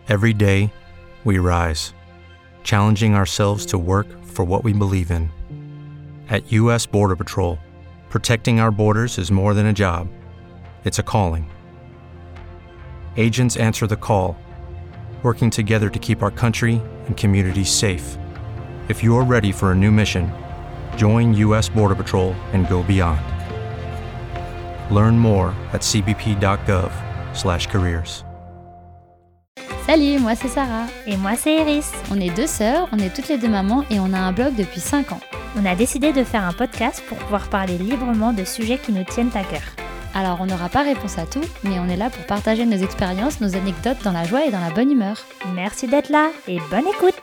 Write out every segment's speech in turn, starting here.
Every day, we rise, challenging ourselves to work for what we believe in. At U.S. Border Patrol, protecting our borders is more than a job. It's a calling. Agents answer the call, working together to keep our country and communities safe. If you're ready for a new mission, join U.S. Border Patrol and go beyond. Learn more at cbp.gov/careers. Salut, moi c'est Sarah. Et moi c'est Iris. On est deux sœurs, on est toutes les deux mamans et on a un blog depuis 5 ans. On a décidé de faire un podcast pour pouvoir parler librement de sujets qui nous tiennent à cœur. Alors on n'aura pas réponse à tout, mais on est là pour partager nos expériences, nos anecdotes dans la joie et dans la bonne humeur. Merci d'être là et bonne écoute.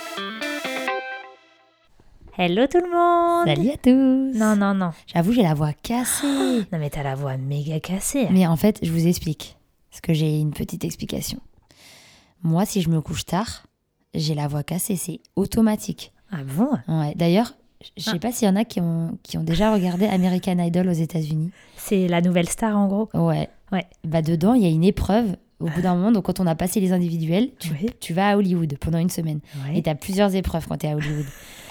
Hello tout le monde. Salut à tous. Non. J'avoue, j'ai la voix cassée. Non mais t'as la voix méga cassée. Mais en fait, je vous explique, parce que j'ai une petite explication. Moi, si je me couche tard, j'ai la voix cassée, c'est automatique. Ah bon ? Ouais. D'ailleurs, je sais pas s'il y en a qui ont déjà regardé American Idol aux États-Unis. C'est la nouvelle star en gros. Ouais. Ouais. Bah dedans, il y a une épreuve au bout d'un moment. Donc quand on a passé les individuels, Oui. tu vas à Hollywood pendant une semaine. Ouais. Et tu as plusieurs épreuves quand tu es à Hollywood.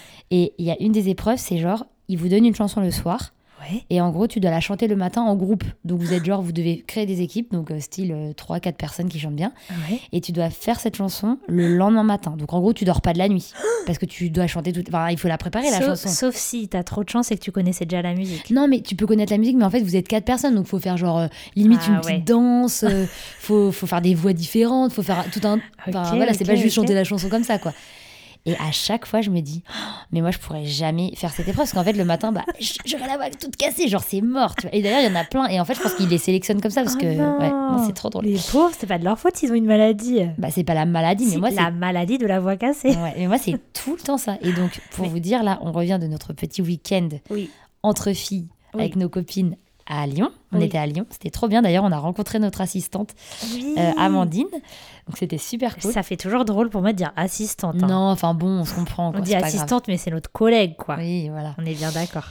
Et il y a une des épreuves, c'est genre, ils vous donnent une chanson le soir. Ouais. Et en gros, tu dois la chanter le matin en groupe. Donc vous êtes genre, vous devez créer des équipes, donc style 3-4 personnes qui chantent bien. Ouais. Et tu dois faire cette chanson le lendemain matin. Donc en gros, tu dors pas de la nuit. Parce que tu dois chanter toute... Enfin, il faut la préparer, la chanson. Sauf si t'as trop de chance et que tu connaissais déjà la musique. Non, mais tu peux connaître la musique, mais en fait, vous êtes 4 personnes. Donc faut faire genre, limite une petite danse. Faut faire des voix différentes. Faut faire tout un... Enfin, voilà, c'est pas juste chanter la chanson comme ça, quoi. Et à chaque fois, je me dis, mais moi, je pourrais jamais faire cette épreuve. Parce qu'en fait, le matin, j'aurais la voix toute cassée. Genre, c'est mort. Tu vois. Et d'ailleurs, il y en a plein. Et en fait, je pense qu'ils les sélectionnent comme ça. Parce que non, c'est trop drôle. Les pauvres, c'est pas de leur faute s'ils ont une maladie. Bah, c'est pas la maladie, mais moi, la maladie de la voix cassée. Ouais, mais moi, c'est tout le temps ça. Et donc, pour vous dire, là, on revient de notre petit week-end entre filles avec nos copines à Lyon. On était à Lyon, c'était trop bien. D'ailleurs, on a rencontré notre assistante, Amandine. Donc, c'était super cool. Ça fait toujours drôle pour moi de dire assistante. Hein. Non, enfin bon, on se comprend. Quoi, on dit assistante, mais c'est notre collègue, quoi. Oui, voilà. On est bien d'accord.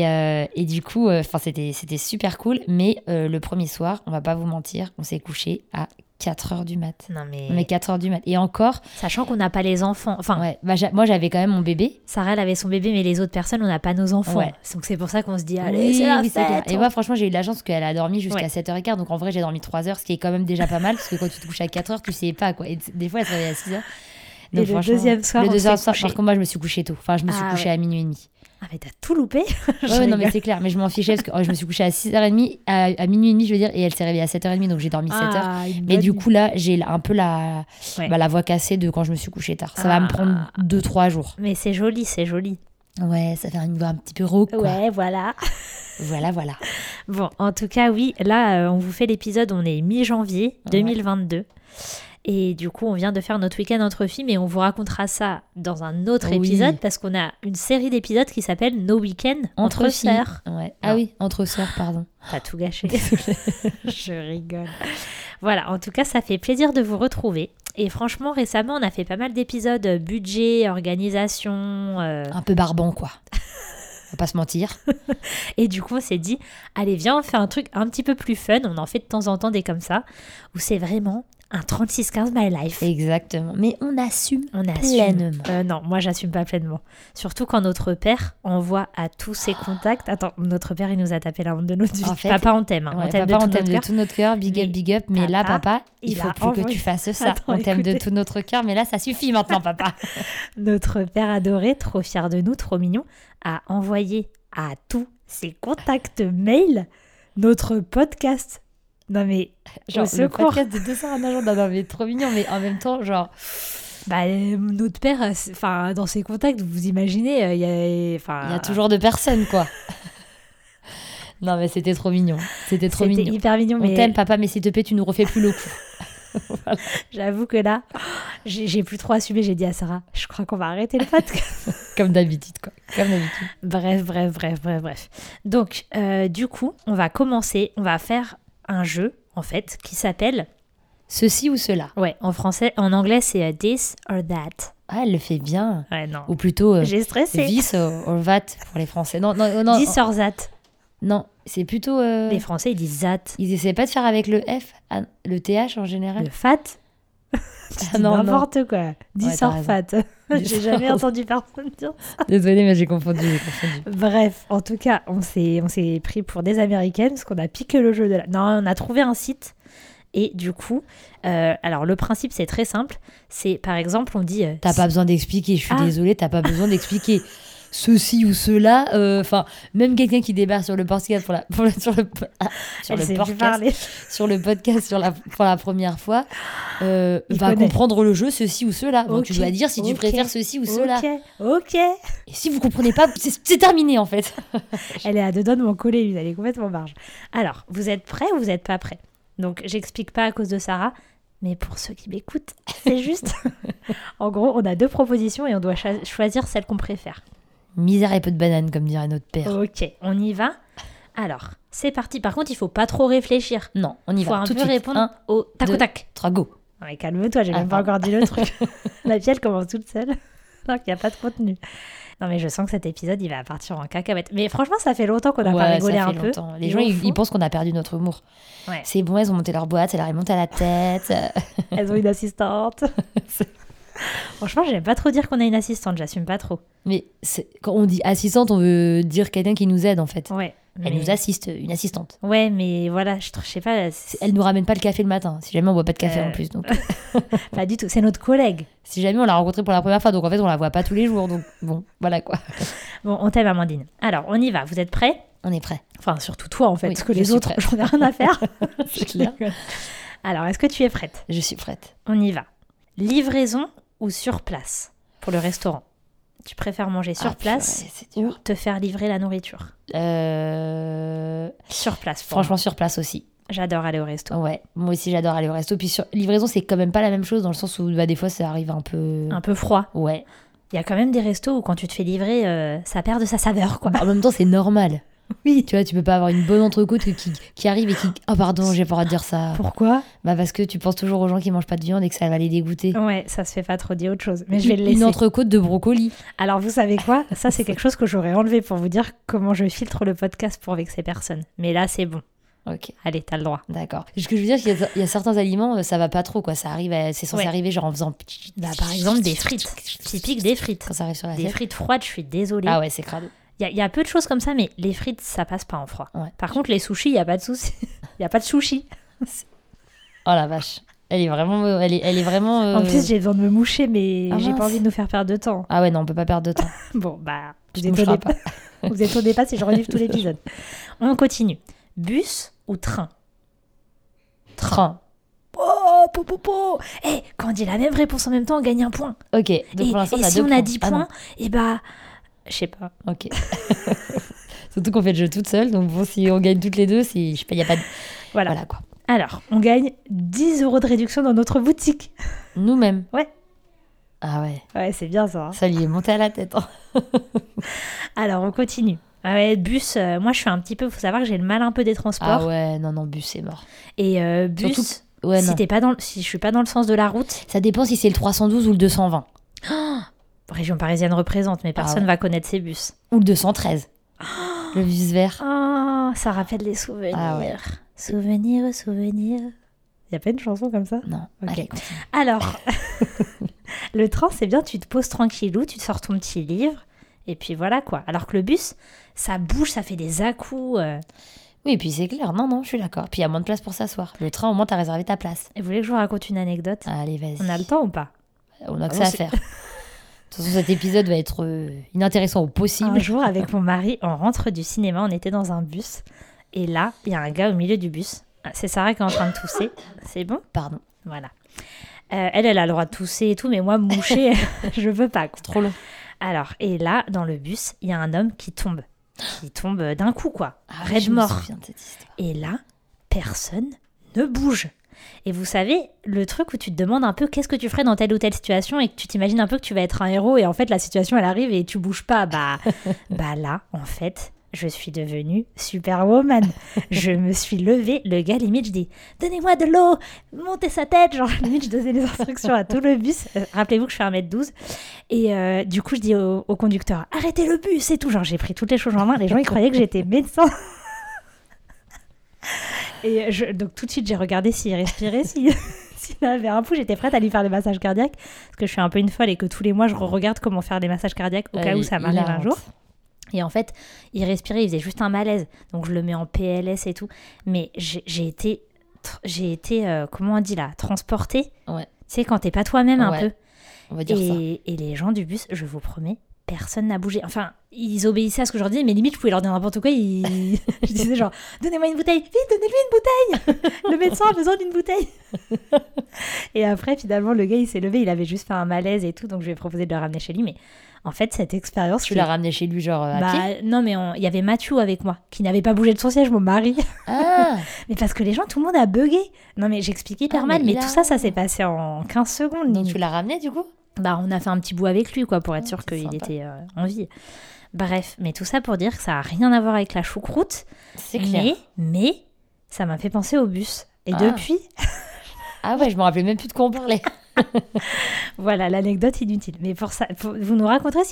Et du coup, c'était super cool. Mais le premier soir, on va pas vous mentir, on s'est couché à 4h du mat. Non, mais 4h du mat. Et encore... Sachant qu'on n'a pas les enfants. Enfin, ouais, moi, j'avais quand même mon bébé. Sarah, elle avait son bébé, mais les autres personnes, on n'a pas nos enfants. Ouais. Donc c'est pour ça qu'on se dit, allez, c'est la fête. Et moi, franchement, j'ai eu de la chance parce qu'elle a dormi jusqu'à 7h15. Donc en vrai, j'ai dormi 3h, ce qui est quand même déjà pas mal. Parce que quand tu te couches à 4h, tu sais pas, quoi. Et des fois, elle se réveille à 6h. Donc, et le deuxième soir, par contre, moi, je me suis couchée tôt. Enfin, je me suis couchée à minuit et demi. Ah, mais t'as tout loupé. Ouais, non, mais c'est clair. Mais je m'en fichais parce que je me suis couchée à 6h30, à minuit et demi, je veux dire, et elle s'est réveillée à 7h30, donc j'ai dormi 7h. Mais du coup, là, j'ai un peu la voix cassée de quand je me suis couchée tard. Ça va me prendre 2-3 jours. Mais c'est joli, c'est joli. Ouais, ça fait une voix un petit peu rauque, quoi. Ouais, voilà. Voilà. Bon, en tout cas, oui, là, on vous fait l'épisode, on est mi-janvier 2022. Et du coup, on vient de faire notre week-end entre filles, mais on vous racontera ça dans un autre épisode parce qu'on a une série d'épisodes qui s'appelle Nos week-ends entre sœurs. Ouais. Ah oui, entre sœurs, pardon. T'as tout gâché. Je rigole. Voilà, en tout cas, ça fait plaisir de vous retrouver. Et franchement, récemment, on a fait pas mal d'épisodes budget, organisation. Un peu barbant, quoi. On va pas se mentir. Et du coup, on s'est dit, allez, viens, on fait un truc un petit peu plus fun. On en fait de temps en temps des comme ça, où c'est vraiment un 36-15 My Life. Exactement. Mais on assume pleinement. Non, moi, j'assume pas pleinement. Surtout quand notre père envoie à tous ses contacts. Attends, notre père, il nous a tapé la honte de notre vie. En fait, papa, on t'aime. Ouais, papa, on t'aime de tout notre cœur. Big up. Mais là, papa, il faut plus que tu fasses ça. Attends, on t'aime de tout notre cœur. Mais là, ça suffit maintenant, papa. Notre père adoré, trop fier de nous, trop mignon, a envoyé à tous ses contacts mail notre podcast. Non mais, genre, le podcast de 200 un agent, non mais trop mignon, mais en même temps, genre... Bah, notre père, enfin, dans ses contacts, vous imaginez, il y a toujours de personnes, quoi. Non mais c'était trop mignon, c'était hyper mignon, mais... On t'aime, papa, mais s'il te plaît, tu nous refais plus le coup. Voilà. J'avoue que là, j'ai plus trop assumé, j'ai dit à Sarah, je crois qu'on va arrêter le podcast. Comme d'habitude, quoi. Comme d'habitude. Bref. Donc, du coup, on va faire un jeu, en fait, qui s'appelle... Ceci ou cela. Ouais, en anglais, c'est This or That. Ah, elle le fait bien. Ouais, non. Ou plutôt... j'ai stressé. This or That pour les Français. Non. This or That. Non, c'est plutôt... Les Français, ils disent That. Ils essaient pas de faire avec le F, le TH en général. Le fat. N'importe quoi. Disorphate. J'ai jamais entendu personne dire ça. Désolée, mais j'ai confondu. Bref, en tout cas, on s'est pris pour des Américaines parce qu'on a piqué le jeu de la... Non, on a trouvé un site. Et du coup, alors le principe, c'est très simple. C'est, par exemple, on dit... T'as pas besoin d'expliquer, je suis désolée, t'as pas besoin d'expliquer ceci ou cela. Enfin, même quelqu'un qui débarque sur le podcast sur le podcast pour la première fois va comprendre le jeu ceci ou cela. Donc tu dois dire si tu préfères ceci ou cela. Ok. Et si vous comprenez pas, c'est terminé en fait. Elle est à deux doigts de m'en coller une, elle est complètement barge. Alors, vous êtes prêts ou vous n'êtes pas prêts? Donc, j'explique pas à cause de Sarah, mais pour ceux qui m'écoutent, c'est juste. En gros, on a 2 propositions et on doit choisir celle qu'on préfère. Misère et peu de banane, comme dirait notre père. Ok, on y va. Alors, c'est parti. Par contre, il faut pas trop réfléchir. Non, on y va. Faut un peu répondre au tac au tac. 3, go. Ouais, calme-toi, j'ai même pas encore dit le truc. La vie, elle commence toute seule. Donc, il n'y a pas de contenu. Non, mais je sens que cet épisode, il va partir en cacahuète. Mais franchement, ça fait longtemps qu'on a pas rigolé un peu. Les gens, ils pensent qu'on a perdu notre humour. Ouais. C'est bon, elles ont monté leur boîte, ça leur est montée à la tête. Elles ont une assistante. Franchement, j'aime pas trop dire qu'on a une assistante, j'assume pas trop. Mais quand on dit assistante, on veut dire quelqu'un qui nous aide en fait. Ouais. Elle nous assiste, une assistante. Ouais, mais voilà, je sais pas. Elle nous ramène pas le café le matin, si jamais on boit pas de café en plus. Donc. Pas du tout, c'est notre collègue. Si jamais on l'a rencontrée pour la première fois, donc en fait on la voit pas tous les jours, donc bon, voilà quoi. Bon, on t'aime Amandine. Alors, on y va, vous êtes prêts? On est prêts. Enfin, surtout toi en fait, parce que les autres, j'en ai rien à faire. C'est clair. Alors, est-ce que tu es prête? Je suis prête. On y va. Livraison ou sur place pour le restaurant? Tu préfères manger sur place ou te faire livrer la nourriture? Sur place. Franchement, sur place aussi. J'adore aller au resto. Ouais, moi aussi j'adore aller au resto. Puis sur livraison, c'est quand même pas la même chose dans le sens où des fois ça arrive un peu froid. Ouais. Il y a quand même des restos où quand tu te fais livrer, ça perd de sa saveur, quoi. En même temps, c'est normal. Oui. Tu vois, tu peux pas avoir une bonne entrecôte qui arrive et qui... Oh pardon, j'ai pas le droit de dire ça. Pourquoi? Bah parce que tu penses toujours aux gens qui mangent pas de viande et que ça va les dégoûter. Ouais, ça se fait pas trop dire autre chose. Mais je vais le laisser. Une entrecôte de brocoli. Alors vous savez quoi? Ça c'est quelque chose que j'aurais enlevé pour vous dire comment je filtre le podcast pour vexer personne. Mais là c'est bon. Ok. Allez, t'as le droit. D'accord. Ce que je veux dire, il y a certains aliments, ça va pas trop, quoi. Ça arrive, c'est censé arriver genre en faisant... Bah, par exemple, des frites. Typique des frites. Quand ça arrive sur l'assiette. Des frites froides, je suis désolée. Ah ouais, c'est crado. Il y a peu de choses comme ça, mais les frites, ça passe pas en froid. Ouais. Par contre, les sushis, il y a pas de souci. Il y a pas de sushi. Oh la vache. Elle est vraiment... En plus, j'ai besoin de me moucher, mais j'ai pas envie de nous faire perdre de temps. Ah ouais, non, on peut pas perdre de temps. Bon, bah, vous étonnez pas si je relève tout l'épisode. On continue. Bus ou train? Train. Oh, quand on dit la même réponse en même temps, on gagne un point. Ok, donc pour l'instant, et si on a 10 points, et bah, je sais pas. Ok. Surtout qu'on fait le jeu toute seule, donc bon, si on gagne toutes les deux, je sais pas, il y a pas de... Voilà quoi. Alors, on gagne 10 € de réduction dans notre boutique. Nous-mêmes? Ouais. Ah ouais. Ouais, c'est bien ça. Ça lui est monté à la tête. Alors, on continue. Ah ouais, bus, moi je suis un petit peu, faut savoir que j'ai le mal un peu des transports. Ah ouais, non, bus c'est mort. Et bus, surtout, ouais, si je suis pas dans le sens de la route. Ça dépend si c'est le 312 ou le 220. Oh, région parisienne représente, mais personne va connaître ces bus. Ou le 213. Oh, le bus vert. Oh, ça rappelle les souvenirs. Ah ouais. Souvenirs. Y a pas une chanson comme ça? Non. Okay. Allez, continue. Alors, le train c'est bien, tu te poses tranquillou, tu te sors ton petit livre. Et puis voilà quoi. Alors que le bus, ça bouge, ça fait des à-coups. Oui, et puis c'est clair. Non, je suis d'accord. Puis il y a moins de place pour s'asseoir. Le train, au moins, t'as réservé ta place. Et vous voulez que je vous raconte une anecdote? Allez, vas-y. On a le temps ou pas? On a que ça à faire. De toute façon, cet épisode va être inintéressant au possible. Un jour, avec mon mari, on rentre du cinéma, on était dans un bus. Et là, il y a un gars au milieu du bus. C'est Sarah qui est en train de tousser. C'est bon? Pardon. Voilà. Elle a le droit de tousser et tout, mais moi, moucher, je veux pas. Quoi. Trop long. Alors, et là, dans le bus, il y a un homme qui tombe d'un coup, quoi. Raide mort. Et là, personne ne bouge. Et vous savez, le truc où tu te demandes un peu qu'est-ce que tu ferais dans telle ou telle situation et que tu t'imagines un peu que tu vas être un héros et en fait, la situation, elle arrive et tu bouges pas. Bah là, en fait... Je suis devenue Superwoman. Je me suis levée. Le gars, limite, je dis « Donnez-moi de l'eau ! Montez sa tête !» Genre, limite, je donnais les instructions à tout le bus. Rappelez-vous que je fais 1m12. Et du coup, je dis au conducteur « Arrêtez le bus !» et tout. Genre, j'ai pris toutes les choses en main. Les gens, ils croyaient que j'étais médecin. Et donc, tout de suite, j'ai regardé s'il respirait, s'il s'il avait un pouls, j'étais prête à lui faire des massages cardiaques parce que je suis un peu une folle et que tous les mois je regarde comment faire des massages cardiaques au cas où ça m'arrive un jour. Et en fait, il respirait, il faisait juste un malaise. Donc je le mets en PLS et tout. Mais j'ai été comment on dit là, transportée. Ouais. Tu sais, quand t'es pas toi-même un peu. On va dire ça. Et les gens du bus, je vous promets, personne n'a bougé. Enfin, ils obéissaient à ce que je leur disais, mais limite, je pouvais leur dire n'importe quoi. Je disais genre, donnez-moi une bouteille, vite, donnez-lui une bouteille. Le médecin a besoin d'une bouteille. Et après, finalement, le gars, il s'est levé, il avait juste fait un malaise et tout, donc je lui ai proposé de le ramener chez lui. Mais en fait, cette expérience... Tu l'as ramené chez lui, genre à pied ? Non, mais il y avait Mathieu avec moi, qui n'avait pas bougé de son siège, mon mari. Ah. Mais parce que les gens, tout le monde a bugué. Non, mais j'explique hyper mal, mais tout ça s'est passé en 15 secondes. Donc tu l'as ramené, du coup ? On a fait un petit bout avec lui, quoi, pour être sûr qu'il était en vie. Bref, mais tout ça pour dire que ça n'a rien à voir avec la choucroute. C'est clair. Mais ça m'a fait penser au bus. Et depuis... Ah ouais, je me rappelais même plus de quoi on parlait. Voilà, l'anecdote inutile. Mais pour ça, vous nous raconterez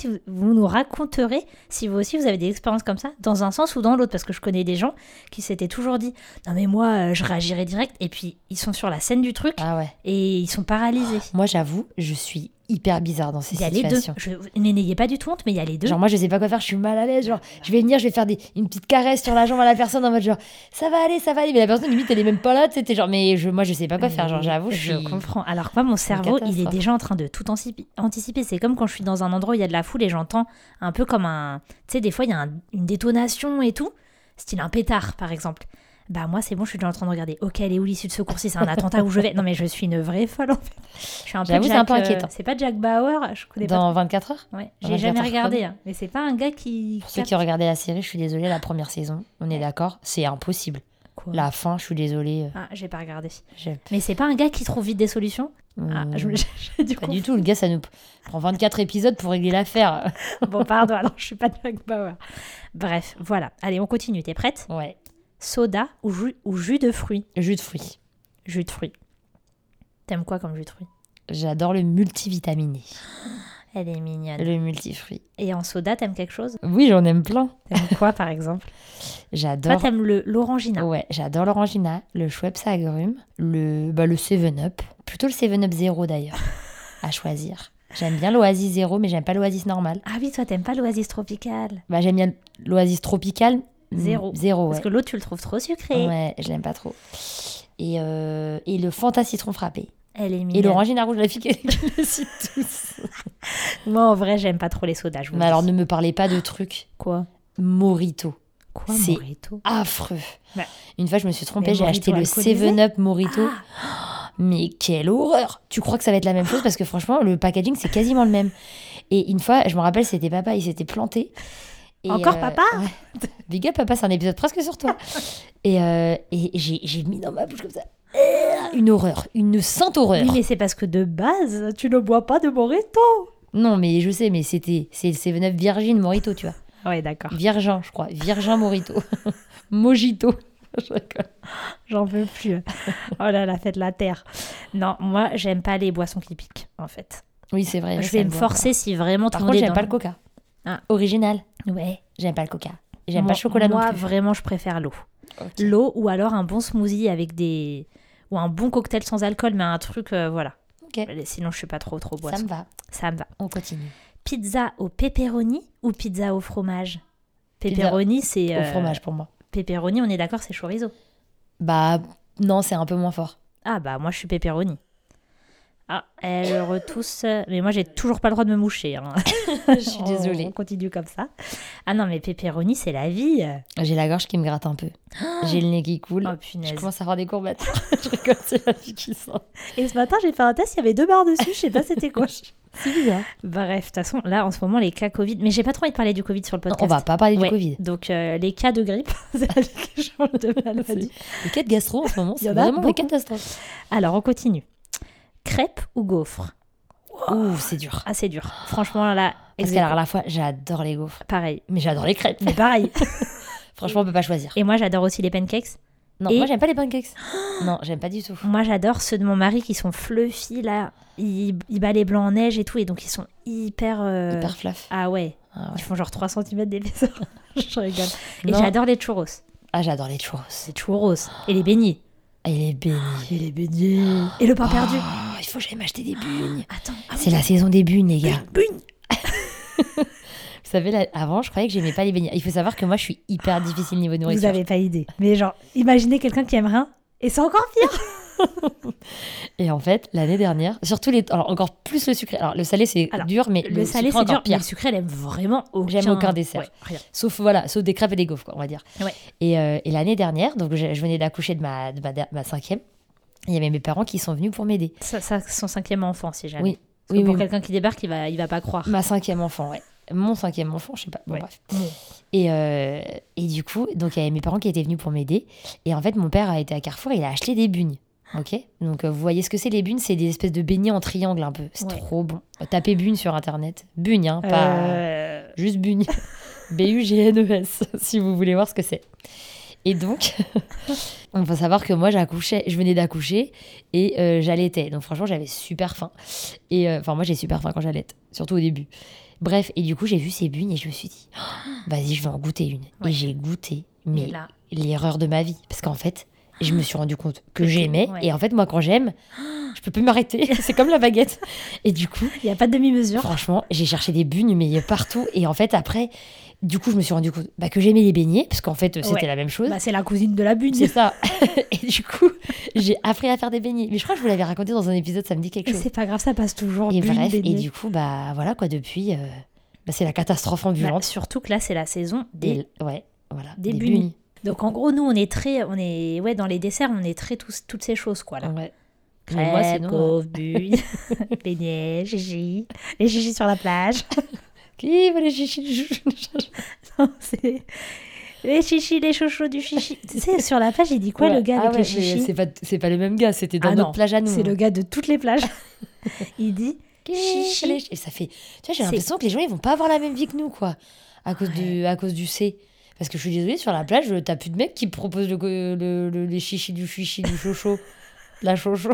si vous aussi vous avez des expériences comme ça, dans un sens ou dans l'autre, parce que je connais des gens qui s'étaient toujours dit non mais moi je réagirais direct, et puis ils sont sur la scène du truc et ils sont paralysés. Moi j'avoue, je suis hyper bizarre dans ces situations. Il y a les deux. N'ayez pas du tout honte, mais il y a les deux. Genre moi je sais pas quoi faire, je suis mal à l'aise, genre je vais venir, je vais faire une petite caresse sur la jambe à la personne en mode genre ça va aller, mais la personne limite elle est même pas là, c'était genre moi je sais pas quoi faire, genre j'avoue je comprends. Alors que moi mon cerveau il est déjà en train de tout anticiper. C'est comme quand je suis dans un endroit où il y a de la foule et j'entends un peu comme tu sais des fois il y a une détonation et tout, style un pétard par exemple. Bah moi c'est bon, je suis déjà en train de regarder. Ok, elle est où l'issue de secours, si c'est un attentat où je vais. Non mais je suis une vraie folle en fait. Je suis un peu c'est un peu inquiétant. C'est pas Jack Bauer, je connais pas. Dans 24 heures. Ouais, j'ai jamais regardé. Hein. Mais c'est pas un gars qui. Pour ceux qui ont regardé la série, je suis désolée, la première saison, on est d'accord, c'est impossible. Quoi ? La fin, je suis désolée. Ah, j'ai pas regardé. Mais c'est pas un gars qui trouve vite des solutions. Pas du tout, le gars ça nous prend 24 épisodes pour régler l'affaire. Bon pardon, alors je suis pas Jack Bauer. Bref, voilà. Allez, on continue, t'es prête ? Ouais. Soda ou jus de fruits ? Jus de fruits. Jus de fruits. T'aimes quoi comme jus de fruits ? J'adore le multivitaminé. Elle est mignonne. Le multifruit. Et en soda, t'aimes quelque chose ? Oui, j'en aime plein. T'aimes quoi par exemple ? J'adore. Toi, t'aimes l'orangina ? Ouais, j'adore l'orangina, le Schweppes agrumes, le 7-Up. Plutôt le 7-Up zéro d'ailleurs, à choisir. J'aime bien l'Oasis zéro, mais j'aime pas l'Oasis normal. Ah oui, toi, t'aimes pas l'Oasis tropical ? J'aime bien l'Oasis tropical. Zéro, parce que l'autre tu le trouves trop sucré. Ouais, je l'aime pas trop. Et le Fanta citron frappé. Elle est mignonne. Et l'orangina rouge, la fille qui le cite tous. Moi en vrai j'aime pas trop les sodas. Mais alors ne me parlez pas de trucs. Quoi ? Mojito. Quoi, c'est Mojito ? Affreux. Bah. Une fois je me suis trompée, j'ai acheté le 7-Up Mojito. Mais quelle horreur! Tu crois que ça va être la même chose parce que franchement le packaging c'est quasiment le même. Et une fois je me rappelle c'était papa, il s'était planté. Et encore papa ouais. Big up papa, c'est un épisode presque sur toi. Et j'ai mis dans ma bouche comme ça. Une horreur, une sainte horreur. Oui, mais c'est parce que de base, tu ne bois pas de Mojito. Non, mais je sais, mais c'est le 7-Up Virgin Mojito, tu vois. Ouais, d'accord. Virgin, je crois. Virgin Mojito. Mojito. J'en peux plus. Oh là là, faites la terre. Non, moi, j'aime pas les boissons qui piquent, en fait. Oui, c'est vrai. Je vais me forcer si vraiment tout le monde est Par contre, j'aime pas le coca. Original. Ouais. J'aime pas le coca. J'aime pas le chocolat non plus. Moi, vraiment, je préfère l'eau. Okay. L'eau ou alors un bon smoothie avec ou un bon cocktail sans alcool, mais un truc, voilà. Ok. Sinon, je suis pas trop boisson. Ça me va. On continue. Pizza au pepperoni ou pizza au fromage ? Pepperoni, c'est... Au fromage pour moi. Pepperoni, on est d'accord, c'est chorizo. Bah, non, c'est un peu moins fort. Ah bah, moi, je suis pepperoni. Ah, elle retousse. Mais moi, j'ai toujours pas le droit de me moucher. Hein. Je suis désolée. On continue comme ça. Ah non, mais pepperoni, c'est la vie. J'ai la gorge qui me gratte un peu. J'ai le nez qui coule. Oh punaise. Je commence à avoir des courbatures. Je rigole, c'est la vie qui sort. Et ce matin, j'ai fait un test, il y avait 2 barres dessus. Je sais pas c'était quoi. C'est bizarre. Bref, de toute façon, là, en ce moment, les cas Covid... Mais j'ai pas trop envie de parler du Covid sur le podcast. Non, on va pas parler du Covid. Donc, les cas de grippe, c'est la vie que je change de maladie. Les cas de gastro, en ce moment, c'est vraiment des catastrophes. Alors, on continue. Crêpes ou gaufres ? Ouh, c'est dur. Ah, c'est dur. Franchement, là... Parce qu'à la fois, j'adore les gaufres. Pareil. Mais j'adore les crêpes. Mais pareil. Franchement, on peut pas choisir. Et moi, j'adore aussi les pancakes. Non, moi, j'aime pas les pancakes. Non, j'aime pas du tout. Moi, j'adore ceux de mon mari qui sont fluffy, là. Il bat les blancs en neige et tout. Et donc, ils sont hyper... Hyper fluff. Ah ouais. Ils font genre 3 cm d'épaisseur. Je rigole. Et j'adore les churros. Ah, j'adore les churros. Les churros. Et les beignets. Il est béni. Il est béni. Et le pain perdu. Il faut que j'aille m'acheter des bugnes. Attends. C'est la saison des bugnes, les gars. Bugne. Vous savez, avant, je croyais que j'aimais pas les beignets. Il faut savoir que moi, je suis hyper difficile niveau nourriture. Vous avez pas idée. Mais genre, imaginez quelqu'un qui aime rien et c'est encore pire. Et en fait, l'année dernière, surtout alors encore plus le sucré. Alors le salé c'est dur, mais le salé c'est dur. Mais le sucré, elle aime vraiment aucun. J'aime aucun dessert. Rien. Sauf des crêpes et des gaufres, quoi, on va dire. Ouais. Et l'année dernière, donc je venais d'accoucher de ma 5e. Il y avait mes parents qui sont venus pour m'aider. Ça son 5e enfant, si jamais. Oui. Pour quelqu'un qui débarque, il va pas croire. Ma 5e enfant, ouais. Mon 5e enfant, je sais pas. Bon, bref. Et du coup, donc il y avait mes parents qui étaient venus pour m'aider. Et en fait, mon père a été à Carrefour, il a acheté des bugnes. Ok, donc vous voyez ce que c'est les bugnes, c'est des espèces de beignets en triangle un peu. C'est trop bon. Tapez bugnes sur internet. Bugnes, hein, pas juste bugnes. B-U-G-N-E-S, si vous voulez voir ce que c'est. Et donc, il faut savoir que moi, je venais d'accoucher et j'allaitais. Donc franchement, j'avais super faim. Et moi, j'ai super faim quand j'allaite, surtout au début. Bref, et du coup, j'ai vu ces bugnes et je me suis dit, vas-y, je vais en goûter une. Ouais. Et j'ai goûté, mais l'erreur de ma vie. Parce qu'en fait, je me suis rendu compte que j'aimais. Ouais. Et en fait, moi, quand j'aime, je peux plus m'arrêter. C'est comme la baguette. Et du coup, il n'y a pas de demi-mesure. Franchement, j'ai cherché des bugnes, mais partout. Et en fait, après, du coup, je me suis rendu compte que j'aimais les beignets. Parce qu'en fait, c'était la même chose. C'est la cousine de la bugne. C'est ça. Et du coup, j'ai appris à faire des beignets. Mais je crois que je vous l'avais raconté dans un épisode, ça me dit quelque chose. C'est pas grave, ça passe toujours. Et bref, et du coup, voilà quoi, depuis, c'est la catastrophe ambulante. Surtout que là, c'est la saison des bugnes. bugnes. Donc en gros, nous, on est dans les desserts, on est très toutes ces choses, quoi, là. Ouais. Crêpes, gaufres, bugnes, beignets, chichis, les chichis sur la plage. Qui veut les chichis du chouchou? Non, c'est les chichis, les chouchous du chichi. Tu sais, sur la plage, il dit quoi, le gars avec les chichis? C'est pas le même gars, c'était dans notre plage à nous. C'est le gars de toutes les plages. Il dit chichi. Et ça fait... Tu vois, j'ai l'impression que les gens, ils vont pas avoir la même vie que nous, quoi, à cause du C. Parce que je suis désolée, sur la plage, t'as plus de mecs qui proposent les chichis du chichi, du chocho. La chocho.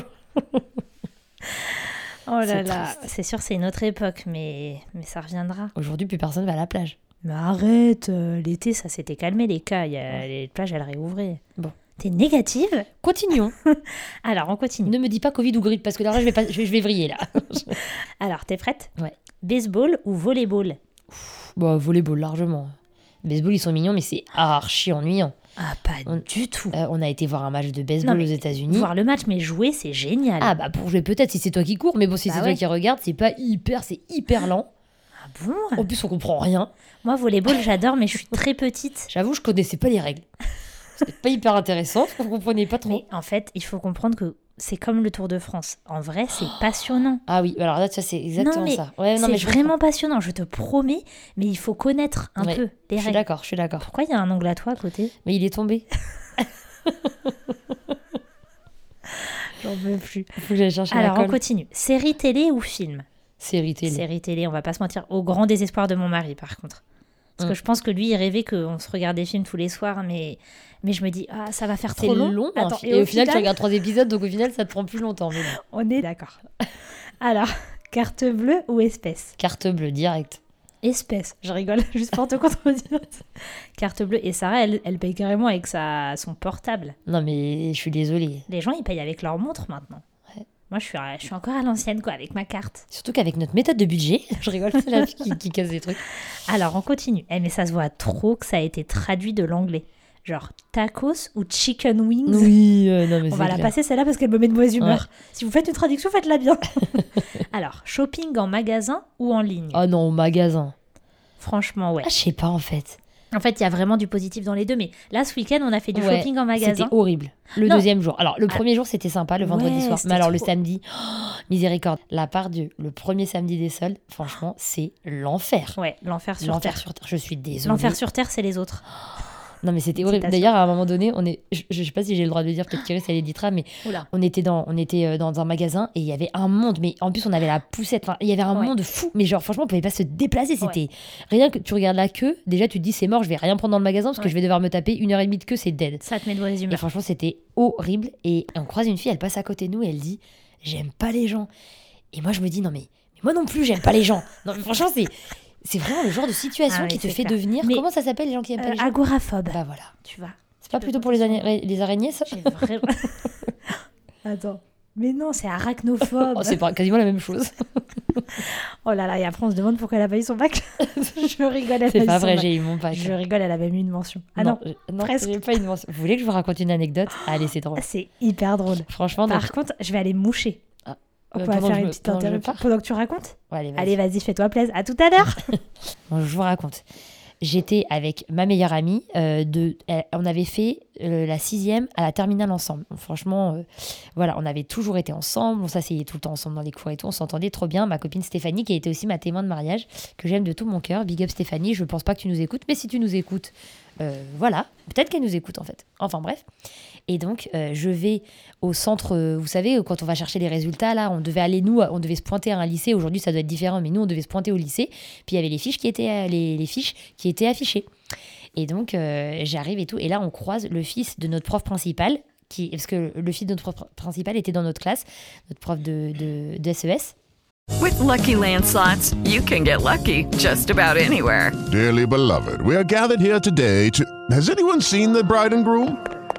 Oh là là, c'est sûr, c'est une autre époque, mais ça reviendra. Aujourd'hui, plus personne va à la plage. Mais arrête, l'été, ça s'était calmé, les cas. Les plages, elles réouvraient. Bon. T'es négative? Continuons. Alors, on continue. Ne me dis pas Covid ou grippe, parce que là, je vais vriller, là. Alors, t'es prête? Ouais. Baseball ou volleyball? Volleyball, largement. Baseball, ils sont mignons, mais c'est archi ennuyant. Ah, pas du tout. On a été voir un match de baseball aux États-Unis. Voir le match, mais jouer, c'est génial. Ah, pour jouer, peut-être, si c'est toi qui cours, mais bon, si c'est toi qui regardes, c'est hyper lent. Ah bon? En plus, on comprend rien. Moi, volleyball, j'adore, mais je suis très petite. J'avoue, je connaissais pas les règles. C'était pas hyper intéressant, je comprenais pas trop. Mais en fait, il faut comprendre que c'est comme le Tour de France. En vrai, c'est passionnant. Ah oui, alors là, ça, c'est exactement ça. C'est vraiment passionnant, je te promets, mais il faut connaître un peu les règles. Je suis d'accord. Pourquoi il y a un ongle à toi à côté? Mais il est tombé. J'en peux plus. Faut que j'aille chercher la colle. colle. On continue. Série télé ou film? Série télé. Série télé, on va pas se mentir. Au grand désespoir de mon mari, par contre. Parce que je pense que lui, il rêvait qu'on se regarde des films tous les soirs, mais je me dis, ça va faire trop long. Attends, et au final, tu regardes 3 épisodes, donc au final, ça te prend plus longtemps. Mais bon. On est d'accord. Alors, carte bleue ou espèce? Carte bleue, direct. Espèce, je rigole, juste pour te contredire. Carte bleue, et Sarah, elle paye carrément avec son portable. Non, mais je suis désolée. Les gens, ils payent avec leur montre maintenant. Ouais. Moi, je suis encore à l'ancienne, quoi, avec ma carte. Surtout qu'avec notre méthode de budget, je rigole, c'est la fille qui casse des trucs. Alors, on continue. Mais ça se voit trop que ça a été traduit de l'anglais. Genre tacos ou chicken wings. Oui, non mais on va la passer celle-là parce qu'elle me met de mauvaise humeur. Ouais. Si vous faites une traduction, faites-la bien. Alors, shopping en magasin ou en ligne? Ah non, au magasin. Franchement, ouais. Ah, je sais pas en fait. En fait, il y a vraiment du positif dans les deux. Mais là, ce week-end, on a fait du shopping en magasin. C'était horrible. Le deuxième jour. Alors, le premier jour, c'était sympa, le vendredi soir. Mais alors, le samedi, miséricorde. La part Dieu, le premier samedi des soldes, franchement, c'est l'enfer. Ouais, l'enfer sur terre. Je suis désolée. L'enfer sur terre, c'est les autres. Non mais c'était horrible. D'ailleurs à un moment donné, je sais pas si j'ai le droit de le dire, peut-être qu'Iris elle l'éditera, mais on était dans un magasin et il y avait un monde, mais en plus on avait la poussette, enfin il y avait un monde fou, mais genre franchement on pouvait pas se déplacer, c'était rien que tu regardes la queue, déjà tu te dis c'est mort, je vais rien prendre dans le magasin parce que je vais devoir me taper 1h30 de queue, c'est dead. Ça te met de mauvaise humeur. Et franchement c'était horrible et on croise une fille, elle passe à côté de nous et elle dit j'aime pas les gens. Et moi je me dis non mais moi non plus j'aime pas les gens. Non mais franchement c'est vraiment le genre de situation qui te fait devenir... Mais comment ça s'appelle les gens qui aiment pas les gens? Agoraphobe. Bah voilà. Tu vois. C'est pas plutôt pour les araignées ça? Attends. Mais non, c'est arachnophobe. Oh, c'est quasiment la même chose. Oh là là, et après on se demande pourquoi elle a pas eu son bac. Je rigole. C'est pas vrai, j'ai eu mon bac. Je rigole, elle a même eu une mention. Ah non, presque. J'ai pas une mention. Vous voulez que je vous raconte une anecdote? Allez, c'est drôle. C'est hyper drôle. Franchement. Par contre, je vais aller me moucher. On va faire une petite interruption pendant que tu racontes. Ouais, allez, vas-y, fais-toi plaisir. À tout à l'heure. Bon, je vous raconte. J'étais avec ma meilleure amie. On avait fait la 6e à la terminale ensemble. Franchement, voilà, on avait toujours été ensemble. On s'asseyait tout le temps ensemble dans les cours et tout. On s'entendait trop bien. Ma copine Stéphanie, qui était aussi ma témoin de mariage, que j'aime de tout mon cœur. Big up Stéphanie. Je pense pas que tu nous écoutes, mais si tu nous écoutes, voilà. Peut-être qu'elle nous écoute en fait. Enfin bref. Et donc, je vais au centre, vous savez, quand on va chercher les résultats, là, on devait se pointer à un lycée. Aujourd'hui, ça doit être différent, mais nous, on devait se pointer au lycée. Puis il y avait les fiches qui étaient affichées. Et donc, j'arrive et tout. Et là, on croise le fils de notre prof principal, parce que le fils de notre prof principal était dans notre classe, notre prof de SES. With Lucky Land Slots, you can get lucky just about anywhere. Dearly beloved, we are gathered here today to... Has anyone seen the bride and groom?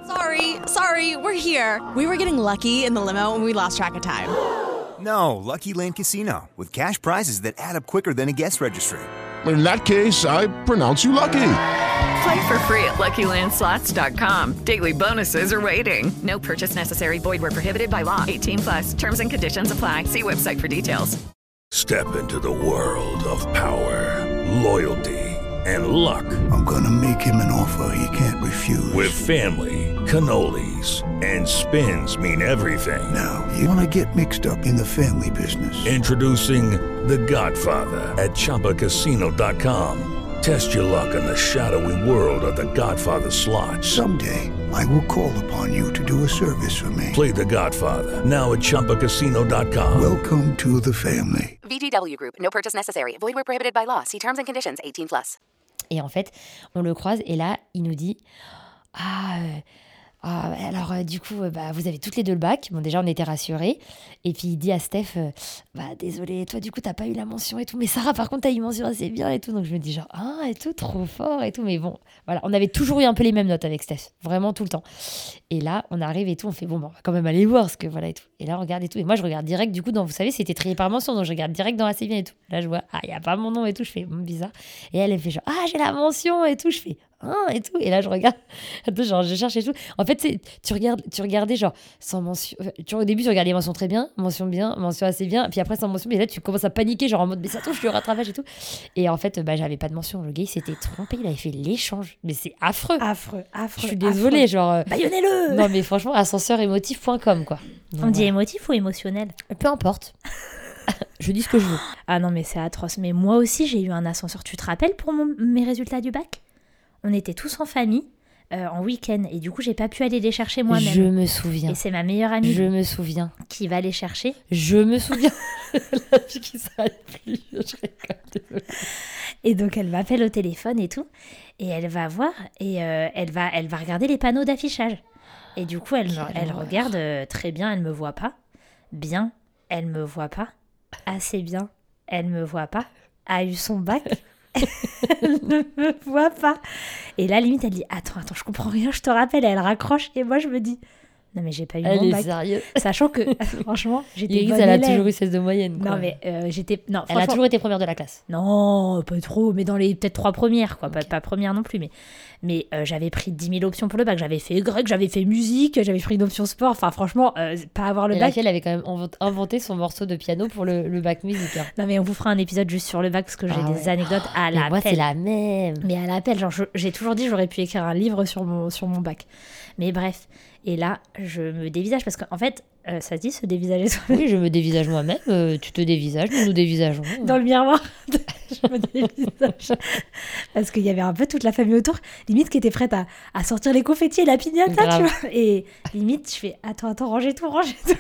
Sorry, we're here. We were getting lucky in the limo and we lost track of time. No, Lucky Land Casino, with cash prizes that add up quicker than a guest registry. In that case, I pronounce you lucky. Play for free at LuckyLandSlots.com. Daily bonuses are waiting. No purchase necessary. Void where prohibited by law. 18+. Terms and conditions apply. See website for details. Step into the world of power, loyalty, and luck. I'm gonna make him an offer he can't refuse. With family, cannolis, and spins mean everything. Now, you wanna get mixed up in the family business. Introducing The Godfather at ChumbaCasino.com. Test your luck in the shadowy world of The Godfather slot. Someday, I will call upon you to do a service for me. Play The Godfather, now at ChumbaCasino.com. Welcome to the family. VGW Group. No purchase necessary. Void where prohibited by law. See terms and conditions. 18+. Et en fait, on le croise et là, il nous dit alors du coup, vous avez toutes les deux le bac. Bon, déjà, on était rassurés. Et puis, il dit à Steph, désolé, toi, du coup, t'as pas eu la mention et tout. Mais Sarah, par contre, t'as eu une mention assez bien et tout. Donc, je me dis genre, et tout, trop fort et tout. Mais bon, voilà, on avait toujours eu un peu les mêmes notes avec Steph. Vraiment, tout le temps. Et là, on arrive et tout, on fait, on va quand même aller voir ce que voilà et tout. Et là, on regarde et tout. Et moi, je regarde direct, du coup, vous savez, c'était trié par mention. Donc, je regarde direct dans assez bien et tout. Là, je vois, il y a pas mon nom et tout. Je fais, bizarre. Et elle fait genre, j'ai la mention et tout. Je fais, et tout. Et là, je regarde. Genre, je cherche et tout. En fait, tu regardais genre sans mention. Au début, tu regardais mention très bien, mention assez bien. Puis après, sans mention, mais là, tu commences à paniquer, genre en mode, mais ça touche, je suis au rattrapage et tout. Et en fait, j'avais pas de mention. Le gars, il s'était trompé, il avait fait l'échange. Mais c'est affreux. Affreux. Je suis désolée, genre. Baïonnez-le. Non, mais franchement, ascenseurEmotif.com, quoi. Donc, on dit émotif ou émotionnel? Peu importe. Je dis ce que je veux. Ah non, mais c'est atroce. Mais moi aussi, j'ai eu un ascenseur. Tu te rappelles pour mes résultats du bac? On était tous en famille, en week-end, et du coup, j'ai pas pu aller les chercher moi-même. Je me souviens. Et c'est ma meilleure amie. Je me souviens. Qui va les chercher. Je me souviens. La fille qui s'arrête plus. Je rigole. Et donc, elle m'appelle au téléphone et tout, et elle va voir, et elle va regarder les panneaux d'affichage. Et du coup, elle regarde très bien, elle me voit pas. Bien, elle me voit pas. Assez bien, elle me voit pas. A eu son bac. Elle ne me voit pas. Et là, limite, elle dit attends, je comprends rien, je te rappelle. Elle raccroche et moi, je me dis non, mais j'ai pas eu mon bac. Elle est sérieuse. Sachant que, franchement, j'étais bonne elle élève. a toujours eu 16 de moyenne. Quoi. Non, mais Non, elle a toujours été première de la classe. Non, pas trop, mais dans les peut-être 3 premières, quoi. Okay. Pas première non plus, mais j'avais pris 10 000 options pour le bac. J'avais fait grec, j'avais fait musique, j'avais pris une option sport. Enfin, franchement, pas avoir le bac. Elle avait quand même inventé son morceau de piano pour le bac musique. Hein. Non, mais on vous fera un épisode juste sur le bac parce que j'ai des anecdotes à l'appel. Moi, c'est la même. Mais à l'appel, genre, j'ai toujours dit j'aurais pu écrire un livre sur mon bac. Mais bref. Et là, je me dévisage parce qu'en fait, ça se dit se dévisager soi-même. Oui, je me dévisage moi-même. Tu te dévisages, nous nous dévisageons. Dans le miroir, je me dévisage. Parce qu'il y avait un peu toute la famille autour, limite qui était prête à sortir les confettis et la piñata, tu vois. Et limite, je fais attends, rangez tout.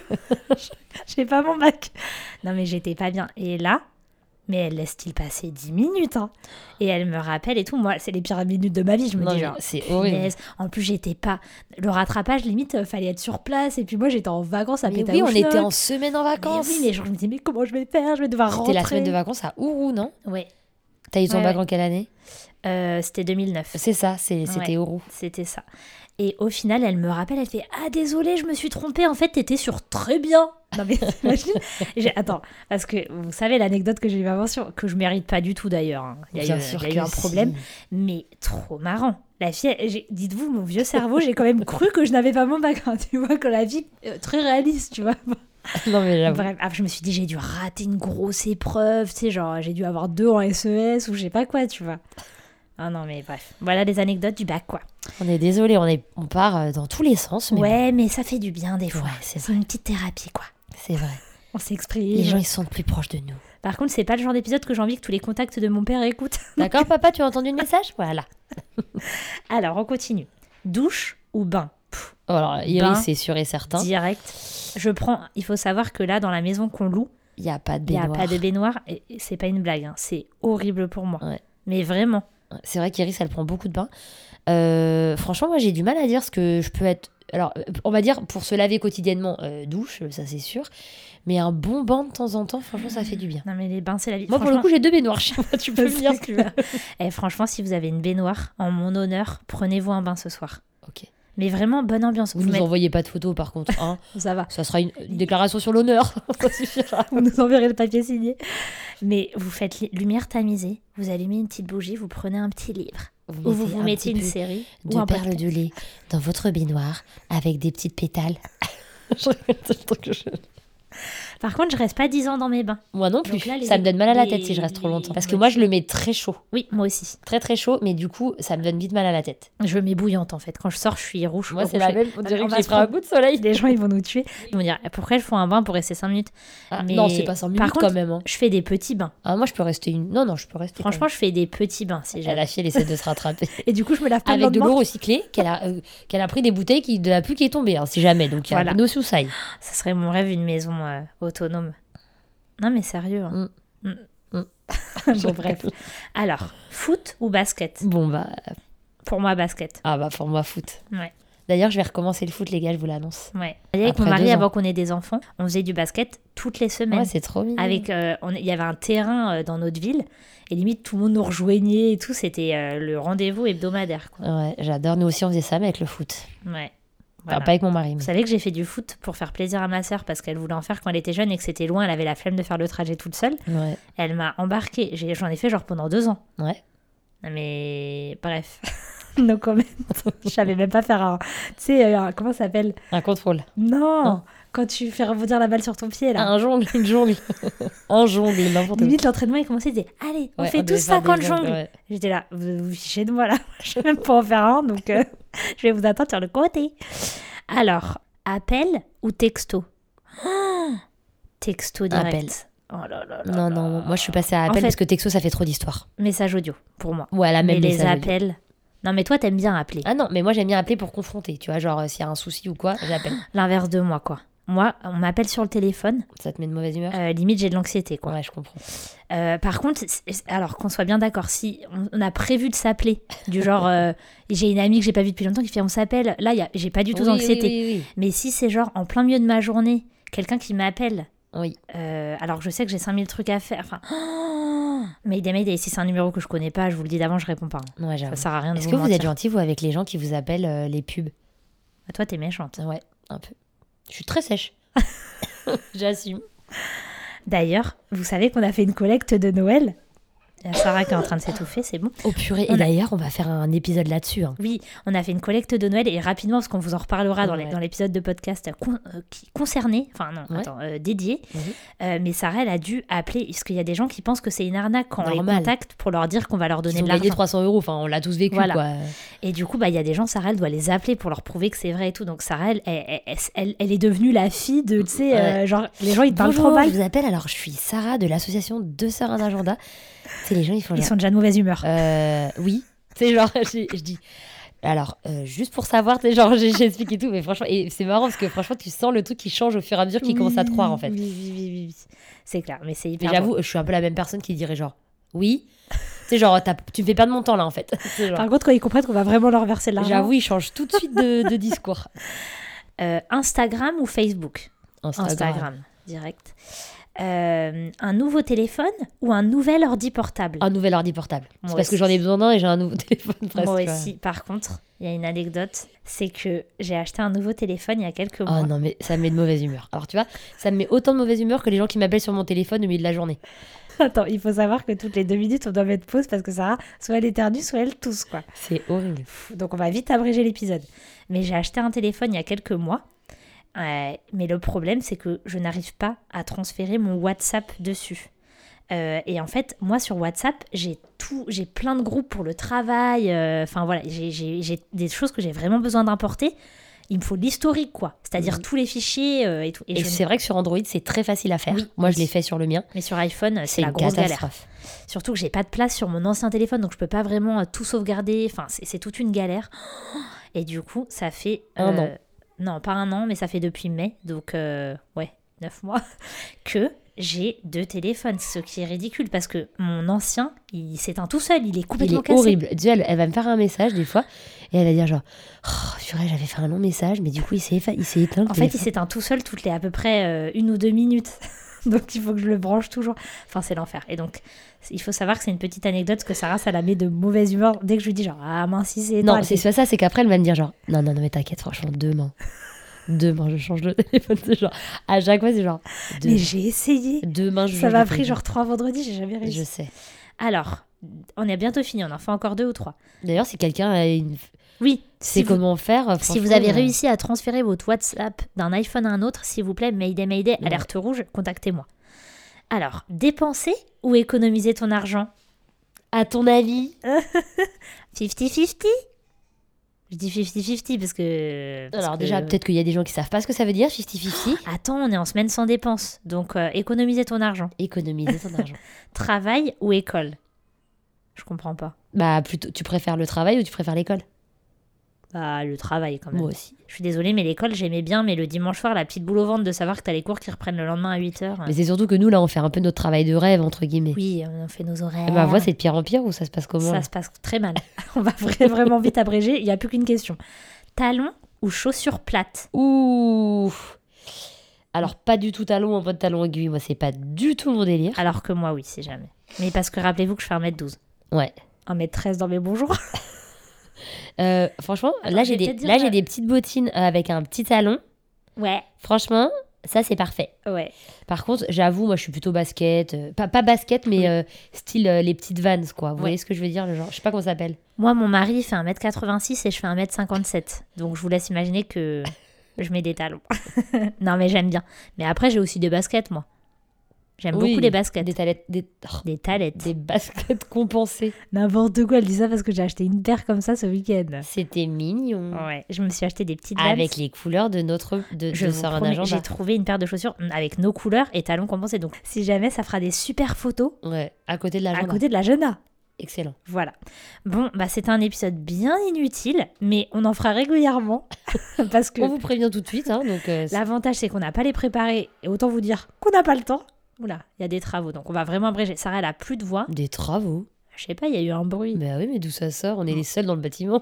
J'ai pas mon bac. Non, mais j'étais pas bien. Et là, mais elle laisse-t-il passer 10 minutes hein. Et elle me rappelle et tout. Moi, c'est les pires minutes de ma vie. Je me dis genre, c'est horrible. En plus, j'étais pas... Le rattrapage, limite, fallait être sur place. Et puis moi, j'étais en vacances à Pétaouchnok. Oui, on était en semaine en vacances. Mais oui, mais je me disais, mais comment je vais faire? Je vais devoir rentrer. C'était la semaine de vacances à Ourou, non? Ouais. T'as eu ton bac en quelle année ? C'était 2009. C'est ça, c'était Euro. C'était ça. Et au final, elle me rappelle, elle fait « Ah, désolée, je me suis trompée, en fait, t'étais sur très bien !» Non mais t'imagines ? Attends, parce que vous savez l'anecdote que j'ai eu avant, que je mérite pas du tout d'ailleurs. Hein. Il y a eu un problème, mais trop marrant. La fille, dites-vous, mon vieux cerveau, j'ai quand même cru que je n'avais pas mon bac. Hein, tu vois, que la vie très réaliste, tu vois. Non mais bref, après, je me suis dit, j'ai dû rater une grosse épreuve, tu sais, genre j'ai dû avoir 2 en SES ou je sais pas quoi, tu vois. Ah non, mais bref. Voilà les anecdotes du bac, quoi. On est désolé, on part dans tous les sens. Mais ouais, mais ça fait du bien des fois. Ouais, c'est une petite thérapie, quoi. C'est vrai. On s'exprime. Les gens, ils sont plus proches de nous. Par contre, c'est pas le genre d'épisode que j'ai envie que tous les contacts de mon père écoutent. D'accord, papa, tu as entendu le message ? Voilà. Alors, on continue. Douche ou bain ? Alors, Iris, c'est sûr et certain. Direct. Il faut savoir que là, dans la maison qu'on loue, il n'y a pas de baignoire. Il n'y a pas de baignoire. Et c'est pas une blague. Hein. C'est horrible pour moi. Ouais. Mais vraiment. C'est vrai qu'Iris, elle prend beaucoup de bains. Franchement, moi, j'ai du mal à dire ce que je peux être... Alors, on va dire, pour se laver quotidiennement, douche, ça c'est sûr. Mais un bon bain de temps en temps, franchement, ça fait du bien. Non, mais les bains, c'est la vie. Moi, pour le coup, j'ai 2 baignoires chez moi. Tu peux me dire ce que tu veux. Et franchement, si vous avez une baignoire, en mon honneur, prenez-vous un bain ce soir. Ok. Mais vraiment, bonne ambiance. Vous nous envoyez pas de photos, par contre. Hein. Ça va. Ça sera une déclaration sur l'honneur. Ça suffira. Vous nous enverrez le papier signé. Mais vous faites lumière tamisée, vous allumez une petite bougie, vous prenez un petit livre. Vous mettez une série de perles de lait dans votre baignoire avec des petites pétales. Par contre, je reste pas 10 ans dans mes bains. Moi non plus. Là, ça me donne mal à la tête si je reste trop longtemps. Parce que moi, je le mets très chaud. Oui, moi aussi. Très très chaud, mais du coup, ça me donne vite mal à la tête. Je le mets bouillante en fait. Quand je sors, je suis rouge. Moi, c'est la même. On dirait que j'ai pris un coup de soleil. Les gens, ils vont nous tuer. Ils vont dire pourquoi elles font un bain pour rester 5 minutes. Mais... Non, c'est pas 5 minutes quand même. Hein. Je fais des petits bains. Ah, moi, je peux rester une. Non, je peux rester. Franchement, je fais des petits bains. Si la fille, elle essaie de se rattraper. Et du coup, je me lave pas avec de l'eau recyclée qu'elle a pris des bouteilles de la pluie qui est tombée, hein, si jamais. Donc, il y a nos sous-sailles. Ça serait mon rêve, une maison autonome. Non mais sérieux. Hein. Bon, bref. Alors, foot ou basket ? Bon bah... Pour moi, basket. Ah bah pour moi, foot. Ouais. D'ailleurs, je vais recommencer le foot, les gars, je vous l'annonce. Ouais. Avec mon mari, avant qu'on ait des enfants, on faisait du basket toutes les semaines. Ouais, c'est trop mignon. Avec, il y avait un terrain dans notre ville, et limite, tout le monde nous rejoignait et tout. C'était le rendez-vous hebdomadaire. Quoi. Ouais, j'adore. Nous aussi, on faisait ça, mais avec le foot. Ouais. Voilà. Pas avec mon mari. Vous savez que j'ai fait du foot pour faire plaisir à ma sœur parce qu'elle voulait en faire quand elle était jeune et que c'était loin, elle avait la flemme de faire le trajet toute seule. Ouais. Elle m'a embarquée. J'en ai fait genre pendant 2 ans. Ouais. Mais bref, no comment. Je savais même pas faire un... Tu sais, comment ça s'appelle ? Un contrôle. Non. Quand tu fais rebondir la balle sur ton pied là. Un jongle, une jongle. Un jongle, n'importe quoi. Limite l'entraînement il commençait, il disait allez, on fait tous 50 jongles. Ouais. J'étais là, vous fichez de moi là. Je sais même pas en faire un, donc je vais vous attendre sur le côté. Alors, appel ou texto ? Texto direct. Appel. Oh là là là. Non, moi je suis passée à appel parce que texto ça fait trop d'histoire. Message audio pour moi. Ouais, la même. Mais les appels. Audio. Non, mais toi t'aimes bien appeler. Ah non, mais moi j'aime bien appeler pour confronter. Tu vois, genre s'il y a un souci ou quoi, j'appelle. L'inverse de moi, quoi. Moi, on m'appelle sur le téléphone. Ça te met de mauvaise humeur ? Limite, j'ai de l'anxiété, quoi. Ouais, je comprends. Par contre, alors qu'on soit bien d'accord, si on a prévu de s'appeler, du genre, j'ai une amie que j'ai pas vue depuis longtemps qui fait on s'appelle, là, j'ai pas du tout d'anxiété. Oui. Mais si c'est genre en plein milieu de ma journée, quelqu'un qui m'appelle, oui. Alors que je sais que j'ai 5000 trucs à faire, enfin... Mais si c'est un numéro que je connais pas, je vous le dis d'avant, je réponds pas. Ouais, ça sert à rien de Est-ce vous que mentir. vous êtes gentil, vous, avec les gens qui vous appellent les pubs ? Toi, t'es méchante. Ouais, un peu. Je suis très sèche. J'assume. D'ailleurs, vous savez qu'on a fait une collecte de Noël ? Il y a Sarah qui est en train de s'étouffer, c'est bon. Oh purée, et d'ailleurs, on va faire un épisode là-dessus. Hein. Oui, on a fait une collecte de Noël et rapidement, parce qu'on vous en reparlera dans l'épisode de podcast concerné, enfin non, dédié. Mais Sarah, elle a dû appeler, parce qu'il y a des gens qui pensent que c'est une arnaque quand on les contacte pour leur dire qu'on va leur donner de l'argent. Ils ont gagné 300 €, enfin on l'a tous vécu. Voilà. Quoi. Et du coup, il y a des gens, Sarah, elle doit les appeler pour leur prouver que c'est vrai et tout. Donc Sarah, elle est devenue la fille de, tu sais, genre les gens ils te parlent trop mal. Je vous appelle, alors je suis Sarah de l'association Deux Sœurs un agenda. C'est les gens, ils sont déjà de mauvaise humeur. Oui, c'est genre, je dis. Alors, juste pour savoir, tu sais, genre, j'explique et tout, mais franchement, et c'est marrant parce que franchement, tu sens le truc qui change au fur et à mesure qu'ils commencent à te croire en fait. Oui. C'est clair, mais c'est hyper. Mais j'avoue, je suis un peu la même personne qui dirait genre, oui. Tu sais, genre, tu me fais perdre mon temps là en fait. Genre... Par contre, quand ils comprennent qu'on va vraiment leur verser de l'argent. J'avoue, ils changent tout de suite de discours. Instagram ou Facebook ? Instagram, direct. un nouveau téléphone ou un nouvel ordi portable? Un nouvel ordi portable. Moi c'est parce aussi. que j'en ai besoin d'un et j'ai un nouveau téléphone presque. Moi aussi. Par contre, il y a une anecdote, c'est que j'ai acheté un nouveau téléphone il y a quelques mois. Oh non, mais ça me met de mauvaise humeur. Alors tu vois, ça me met autant de mauvaise humeur que les gens qui m'appellent sur mon téléphone au milieu de la journée. Attends, il faut savoir que toutes les 2 minutes, on doit mettre pause parce que Sarah, soit elle éternue, soit elle tousse, quoi. C'est horrible. Donc on va vite abréger l'épisode. Mais j'ai acheté un téléphone il y a quelques mois. Mais le problème, c'est que je n'arrive pas à transférer mon WhatsApp dessus. Et en fait, moi sur WhatsApp, j'ai plein de groupes pour le travail. Enfin voilà, j'ai des choses que j'ai vraiment besoin d'importer. Il me faut l'historique, quoi. C'est-à-dire tous les fichiers et tout. Et c'est vrai que sur Android, c'est très facile à faire. Oui, moi, je l'ai fait sur le mien. Mais sur iPhone, c'est la grosse galère. Surtout que j'ai pas de place sur mon ancien téléphone, donc je peux pas vraiment tout sauvegarder. Enfin, c'est toute une galère. Et du coup, ça fait... un an. Non, pas un an, mais ça fait depuis mai, donc 9 mois, que j'ai 2 téléphones, ce qui est ridicule, parce que mon ancien, il s'éteint tout seul, il est complètement cassé. Horrible. Elle va me faire un message des fois, et elle va dire genre, purée, j'avais fait un long message, mais du coup, il s'est éteint. En fait, il s'éteint tout seul toutes les à peu près 1 ou 2 minutes. Donc il faut que je le branche toujours. Enfin, c'est l'enfer. Et donc, il faut savoir que c'est une petite anecdote, parce que Sarah, ça la met de mauvaise humeur dès que je lui dis genre, ah mince, si c'est... Non, c'est pas ça, c'est qu'après, elle va me dire genre, non, mais t'inquiète, franchement, demain, je change de téléphone. C'est genre, à chaque fois, c'est genre... Mais j'ai essayé. Demain, ça m'a pris genre 3 vendredis, j'ai jamais réussi. Je sais. Alors, on est bientôt fini, on en fait encore 2 ou 3. D'ailleurs, si quelqu'un a une... Oui. C'est comment faire. Si vous avez réussi à transférer votre WhatsApp d'un iPhone à un autre, s'il vous plaît, Mayday, alerte rouge, contactez-moi. Alors, dépenser ou économiser ton argent? À ton avis? 50-50? Je dis 50-50 parce que... Alors déjà, peut-être qu'il y a des gens qui savent pas ce que ça veut dire, 50-50. Attends, on est en semaine sans dépenses. Donc, économiser ton argent. Économiser ton argent. Travail ou école? Je comprends pas. Bah, plutôt, tu préfères le travail ou tu préfères l'école? Bah, le travail quand même. Moi aussi. Je suis désolée, mais l'école, j'aimais bien. Mais le dimanche soir, la petite boule au ventre de savoir que t'as les cours qui reprennent le lendemain à 8h. Mais c'est surtout que nous, là, on fait un peu notre travail de rêve, entre guillemets. Oui, on fait nos horaires. Et bah, c'est de pire en pire ou ça se passe comment? Ça se passe très mal. On va vraiment vite abréger. Il n'y a plus qu'une question. Talons ou chaussures plates? Ouh. Alors, pas du tout talons en mode talons aiguilles. Moi, c'est pas du tout mon délire. Alors que moi, oui, si jamais. Mais parce que rappelez-vous que je fais 1m12. Ouais. 1m13 dans mes bons jours. Franchement, là j'ai des petites bottines avec un petit talon. Ouais. Franchement, ça c'est parfait. Ouais. Par contre, j'avoue, moi je suis plutôt basket. Pas basket, mais style les petites Vans, quoi. Vous voyez ce que je veux dire, le genre? Je sais pas comment ça s'appelle. Moi, mon mari fait 1m86 et je fais 1m57. Donc je vous laisse imaginer que je mets des talons. Non, mais j'aime bien. Mais après, j'ai aussi des baskets, moi. J'aime beaucoup les baskets. Des talettes. Des talettes. Des baskets compensées. N'importe quoi, elle dit ça parce que j'ai acheté une paire comme ça ce week-end. C'était mignon. Ouais, je me suis acheté des petites Vans. Avec les couleurs de notre sœur un agenda. J'ai trouvé une paire de chaussures avec nos couleurs et talons compensés. Donc si jamais, ça fera des super photos. Ouais, à côté de l'agenda. À côté de l'agenda. Excellent. Voilà. Bon, bah c'était un épisode bien inutile, mais on en fera régulièrement. Parce que on vous prévient tout de suite. Hein, donc, l'avantage, c'est qu'on n'a pas les préparés. Et autant vous dire qu'on n'a pas le temps. Oula, il y a des travaux, donc on va vraiment abréger. Sarah, elle a plus de voix. Des travaux? Je sais pas, il y a eu un bruit. Bah oui, mais d'où ça sort? On est les seuls dans le bâtiment.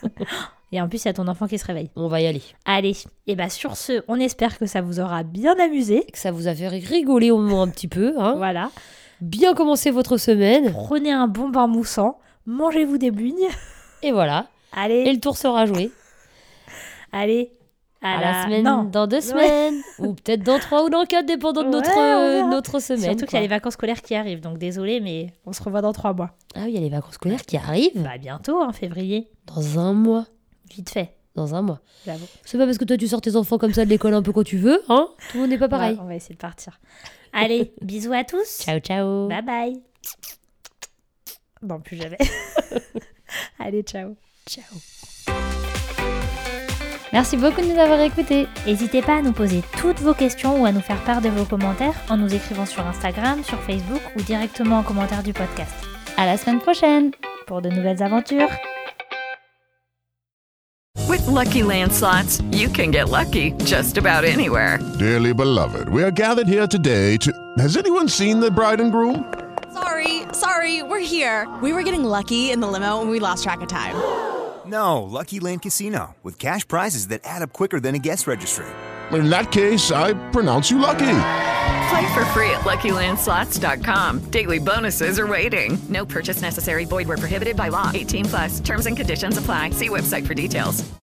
Et en plus, il y a ton enfant qui se réveille. On va y aller. Allez, et bah sur ce, on espère que ça vous aura bien amusé. Que ça vous a fait rigoler au moins un petit peu. Hein. Voilà. Bien commencer votre semaine. Prenez un bon bain moussant, mangez-vous des bugnes. Et voilà. Allez. Et le tour sera joué. Allez. À la semaine, dans 2 semaines, ou peut-être dans 3 ou dans 4, dépendant de notre semaine. Surtout qu'il y a les vacances scolaires qui arrivent, donc désolé, mais on se revoit dans 3 mois. Ah oui, il y a les vacances scolaires qui arrivent? Bah bientôt, en février. Dans 1 mois. Vite fait. Dans 1 mois. J'avoue. C'est pas parce que toi tu sors tes enfants comme ça de l'école un peu quand tu veux, hein? Tout le monde n'est pas pareil. Ouais, on va essayer de partir. Allez, bisous à tous. Ciao, ciao. Bye bye. Non, plus jamais. Allez, ciao. Ciao. Merci beaucoup de nous avoir écoutés. N'hésitez pas à nous poser toutes vos questions ou à nous faire part de vos commentaires en nous écrivant sur Instagram, sur Facebook ou directement en commentaire du podcast. À la semaine prochaine pour de nouvelles aventures. With Lucky Land Slots, you can get lucky just about anywhere. Dearly beloved, we are gathered here today to... Has anyone seen the bride and groom? Sorry, we're here. We were getting lucky in the limo and we lost track of time. No, Lucky Land Casino, with cash prizes that add up quicker than a guest registry. In that case, I pronounce you lucky. Play for free at LuckyLandSlots.com. Daily bonuses are waiting. No purchase necessary. Void where prohibited by law. 18+. Terms and conditions apply. See website for details.